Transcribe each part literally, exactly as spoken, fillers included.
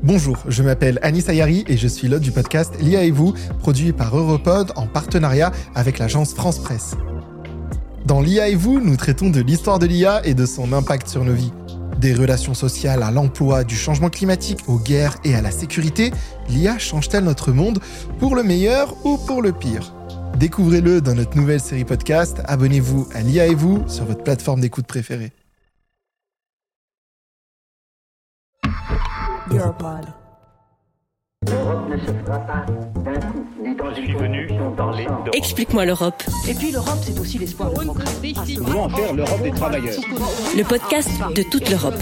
Bonjour, je m'appelle Anis Ayari et je suis l'hôte du podcast L'I A et vous, produit par Europod en partenariat avec l'agence France Presse. Dans L'I A et vous, nous traitons de l'histoire de l'I A et de son impact sur nos vies. Des relations sociales à l'emploi, du changement climatique aux guerres et à la sécurité, l'I A change-t-elle notre monde pour le meilleur ou pour le pire ? Découvrez-le dans notre nouvelle série podcast. Abonnez-vous à L'I A et vous sur votre plateforme d'écoute préférée. Europod. L'Europe ne se fera pas d'un coup, ni dans une convention parler d'Europe. Explique-moi l'Europe. Et puis l'Europe, c'est aussi l'espoir de progrès. Nous voulons en faire l'Europe des travailleurs. Le podcast de toute l'Europe.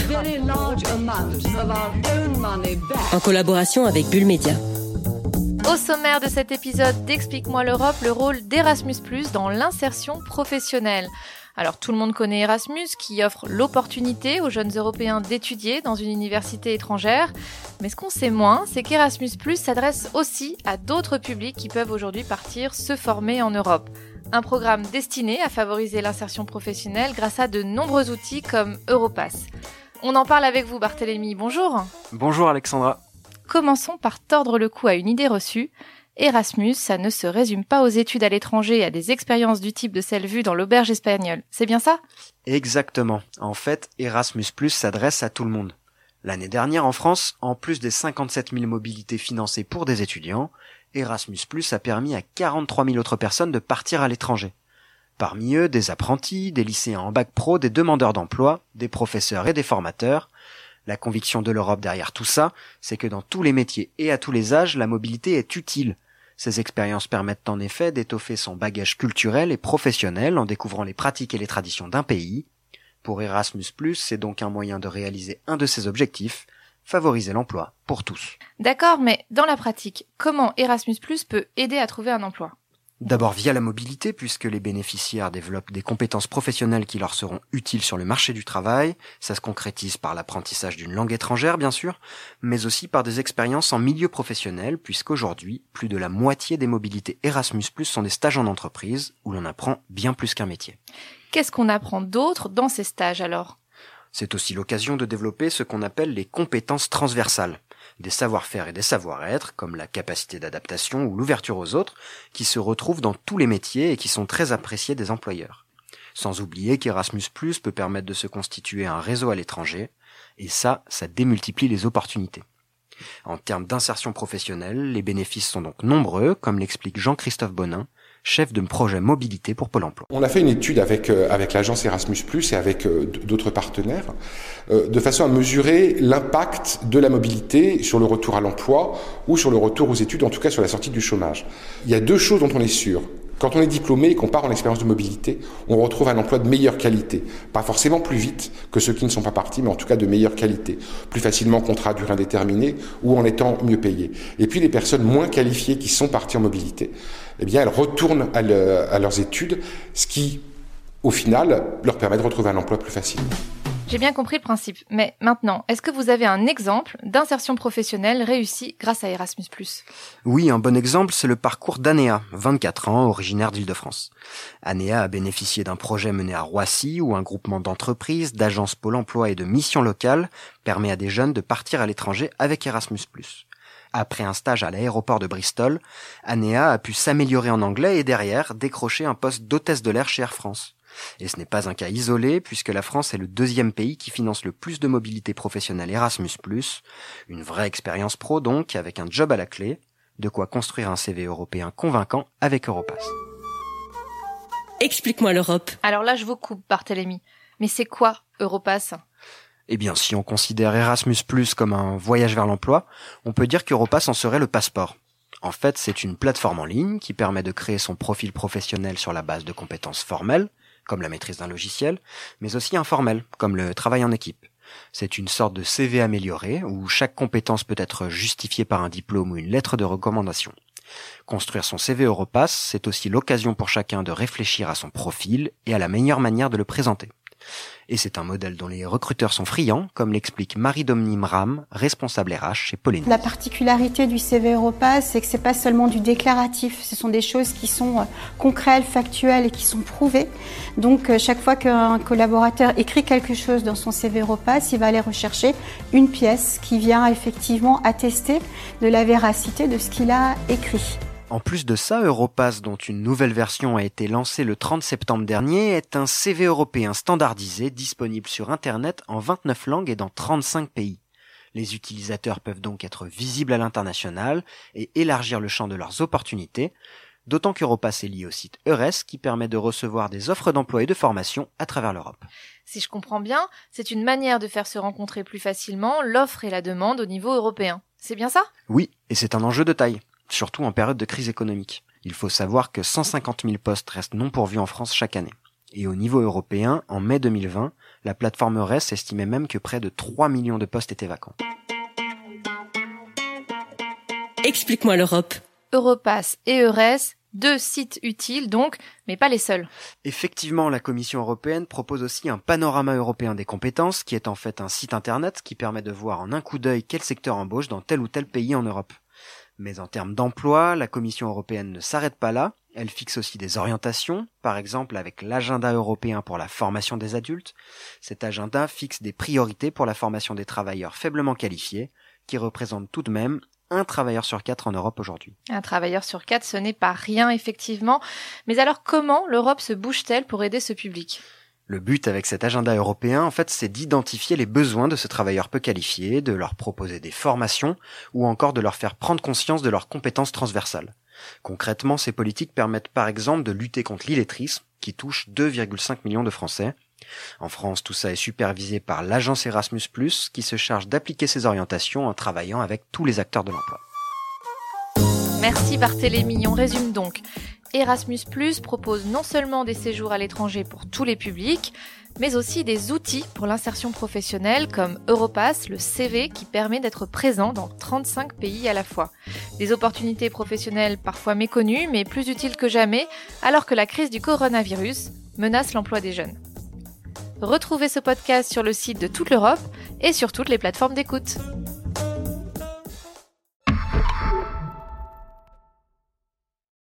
En collaboration avec Bull Media. Au sommaire de cet épisode d'Explique-moi l'Europe, le rôle d'Erasmus plus, dans l'insertion professionnelle. Alors tout le monde connaît Erasmus qui offre l'opportunité aux jeunes Européens d'étudier dans une université étrangère. Mais ce qu'on sait moins, c'est qu'Erasmus plus s'adresse aussi à d'autres publics qui peuvent aujourd'hui partir se former en Europe. Un programme destiné à favoriser l'insertion professionnelle grâce à de nombreux outils comme Europass. On en parle avec vous Barthélémy, bonjour. Bonjour Alexandra. Commençons par tordre le cou à une idée reçue. Erasmus, ça ne se résume pas aux études à l'étranger et à des expériences du type de celles vues dans l'auberge espagnole. C'est bien ça ? Exactement. En fait, Erasmus plus s'adresse à tout le monde. L'année dernière, en France, en plus des cinquante-sept mille mobilités financées pour des étudiants, Erasmus plus a permis à quarante-trois mille autres personnes de partir à l'étranger. Parmi eux, des apprentis, des lycéens en bac pro, des demandeurs d'emploi, des professeurs et des formateurs. La conviction de l'Europe derrière tout ça, c'est que dans tous les métiers et à tous les âges, la mobilité est utile. Ces expériences permettent en effet d'étoffer son bagage culturel et professionnel en découvrant les pratiques et les traditions d'un pays. Pour Erasmus plus, c'est donc un moyen de réaliser un de ses objectifs, favoriser l'emploi pour tous. D'accord, mais dans la pratique, comment Erasmus plus peut aider à trouver un emploi ? D'abord via la mobilité, puisque les bénéficiaires développent des compétences professionnelles qui leur seront utiles sur le marché du travail. Ça se concrétise par l'apprentissage d'une langue étrangère, bien sûr, mais aussi par des expériences en milieu professionnel, puisqu'aujourd'hui, plus de la moitié des mobilités Erasmus plus sont des stages en entreprise, où l'on apprend bien plus qu'un métier. Qu'est-ce qu'on apprend d'autre dans ces stages alors ? C'est aussi l'occasion de développer ce qu'on appelle les compétences transversales. Des savoir-faire et des savoir-être, comme la capacité d'adaptation ou l'ouverture aux autres, qui se retrouvent dans tous les métiers et qui sont très appréciés des employeurs. Sans oublier qu'Erasmus plus peut permettre de se constituer un réseau à l'étranger, et ça, ça démultiplie les opportunités. En termes d'insertion professionnelle, les bénéfices sont donc nombreux, comme l'explique Jean-Christophe Bonin, chef de projet mobilité pour Pôle emploi. On a fait une étude avec, euh, avec l'agence Erasmus plus, et avec euh, d'autres partenaires, euh, de façon à mesurer l'impact de la mobilité sur le retour à l'emploi ou sur le retour aux études, en tout cas sur la sortie du chômage. Il y a deux choses dont on est sûr. Quand on est diplômé et qu'on part en expérience de mobilité, on retrouve un emploi de meilleure qualité. Pas forcément plus vite que ceux qui ne sont pas partis, mais en tout cas de meilleure qualité. Plus facilement contrat à durée indéterminée ou en étant mieux payé. Et puis les personnes moins qualifiées qui sont parties en mobilité, eh bien elles retournent à, le, à leurs études, ce qui, au final, leur permet de retrouver un emploi plus facilement. J'ai bien compris le principe, mais maintenant, est-ce que vous avez un exemple d'insertion professionnelle réussie grâce à Erasmus plus ? Oui, un bon exemple, c'est le parcours d'Anéa, vingt-quatre ans, originaire d'Île-de-France. Anéa a bénéficié d'un projet mené à Roissy, où un groupement d'entreprises, d'agences Pôle emploi et de missions locales permet à des jeunes de partir à l'étranger avec Erasmus plus. Après un stage à l'aéroport de Bristol, Anéa a pu s'améliorer en anglais et derrière décrocher un poste d'hôtesse de l'air chez Air France. Et ce n'est pas un cas isolé, puisque la France est le deuxième pays qui finance le plus de mobilité professionnelle Erasmus plus. Une vraie expérience pro donc, avec un job à la clé, de quoi construire un C V européen convaincant avec Europass. Explique-moi l'Europe. Alors là, je vous coupe, Barthélémy. Mais c'est quoi Europass ? Eh bien, si on considère Erasmus plus comme un voyage vers l'emploi, on peut dire qu'Europass en serait le passeport. En fait, c'est une plateforme en ligne qui permet de créer son profil professionnel sur la base de compétences formelles, comme la maîtrise d'un logiciel, mais aussi informelles, comme le travail en équipe. C'est une sorte de C V amélioré, où chaque compétence peut être justifiée par un diplôme ou une lettre de recommandation. Construire son C V Europass, c'est aussi l'occasion pour chacun de réfléchir à son profil et à la meilleure manière de le présenter. Et c'est un modèle dont les recruteurs sont friands, comme l'explique Marie-Dominique Mram, responsable R H chez Poleni. La particularité du C V Europass, c'est que c'est pas seulement du déclaratif, ce sont des choses qui sont concrètes, factuelles et qui sont prouvées. Donc chaque fois qu'un collaborateur écrit quelque chose dans son C V Europass, il va aller rechercher une pièce qui vient effectivement attester de la véracité de ce qu'il a écrit. En plus de ça, Europass, dont une nouvelle version a été lancée le trente septembre dernier, est un C V européen standardisé, disponible sur Internet en vingt-neuf langues et dans trente-cinq pays. Les utilisateurs peuvent donc être visibles à l'international et élargir le champ de leurs opportunités, d'autant qu'Europass est lié au site Eures qui permet de recevoir des offres d'emploi et de formation à travers l'Europe. Si je comprends bien, c'est une manière de faire se rencontrer plus facilement l'offre et la demande au niveau européen. C'est bien ça ? Oui, et c'est un enjeu de taille. Surtout en période de crise économique. Il faut savoir que cent cinquante mille postes restent non pourvus en France chaque année. Et au niveau européen, en mai deux mille vingt, la plateforme Eures estimait même que près de trois millions de postes étaient vacants. Explique-moi l'Europe. Europass et Eures, deux sites utiles donc, mais pas les seuls. Effectivement, la Commission européenne propose aussi un panorama européen des compétences, qui est en fait un site internet qui permet de voir en un coup d'œil quel secteur embauche dans tel ou tel pays en Europe. Mais en termes d'emploi, la Commission européenne ne s'arrête pas là, elle fixe aussi des orientations, par exemple avec l'agenda européen pour la formation des adultes. Cet agenda fixe des priorités pour la formation des travailleurs faiblement qualifiés, qui représentent tout de même un travailleur sur quatre en Europe aujourd'hui. Un travailleur sur quatre, ce n'est pas rien effectivement, mais alors comment l'Europe se bouge-t-elle pour aider ce public ? Le but avec cet agenda européen, en fait, c'est d'identifier les besoins de ce travailleur peu qualifié, de leur proposer des formations ou encore de leur faire prendre conscience de leurs compétences transversales. Concrètement, ces politiques permettent par exemple de lutter contre l'illettrisme, qui touche deux virgule cinq millions de Français. En France, tout ça est supervisé par l'agence Erasmus plus, qui se charge d'appliquer ces orientations en travaillant avec tous les acteurs de l'emploi. Merci Barthélémy, on résume donc. Erasmus plus propose non seulement des séjours à l'étranger pour tous les publics, mais aussi des outils pour l'insertion professionnelle comme Europass, le C V qui permet d'être présent dans trente-cinq pays à la fois. Des opportunités professionnelles parfois méconnues, mais plus utiles que jamais, alors que la crise du coronavirus menace l'emploi des jeunes. Retrouvez ce podcast sur le site de toute l'Europe et sur toutes les plateformes d'écoute.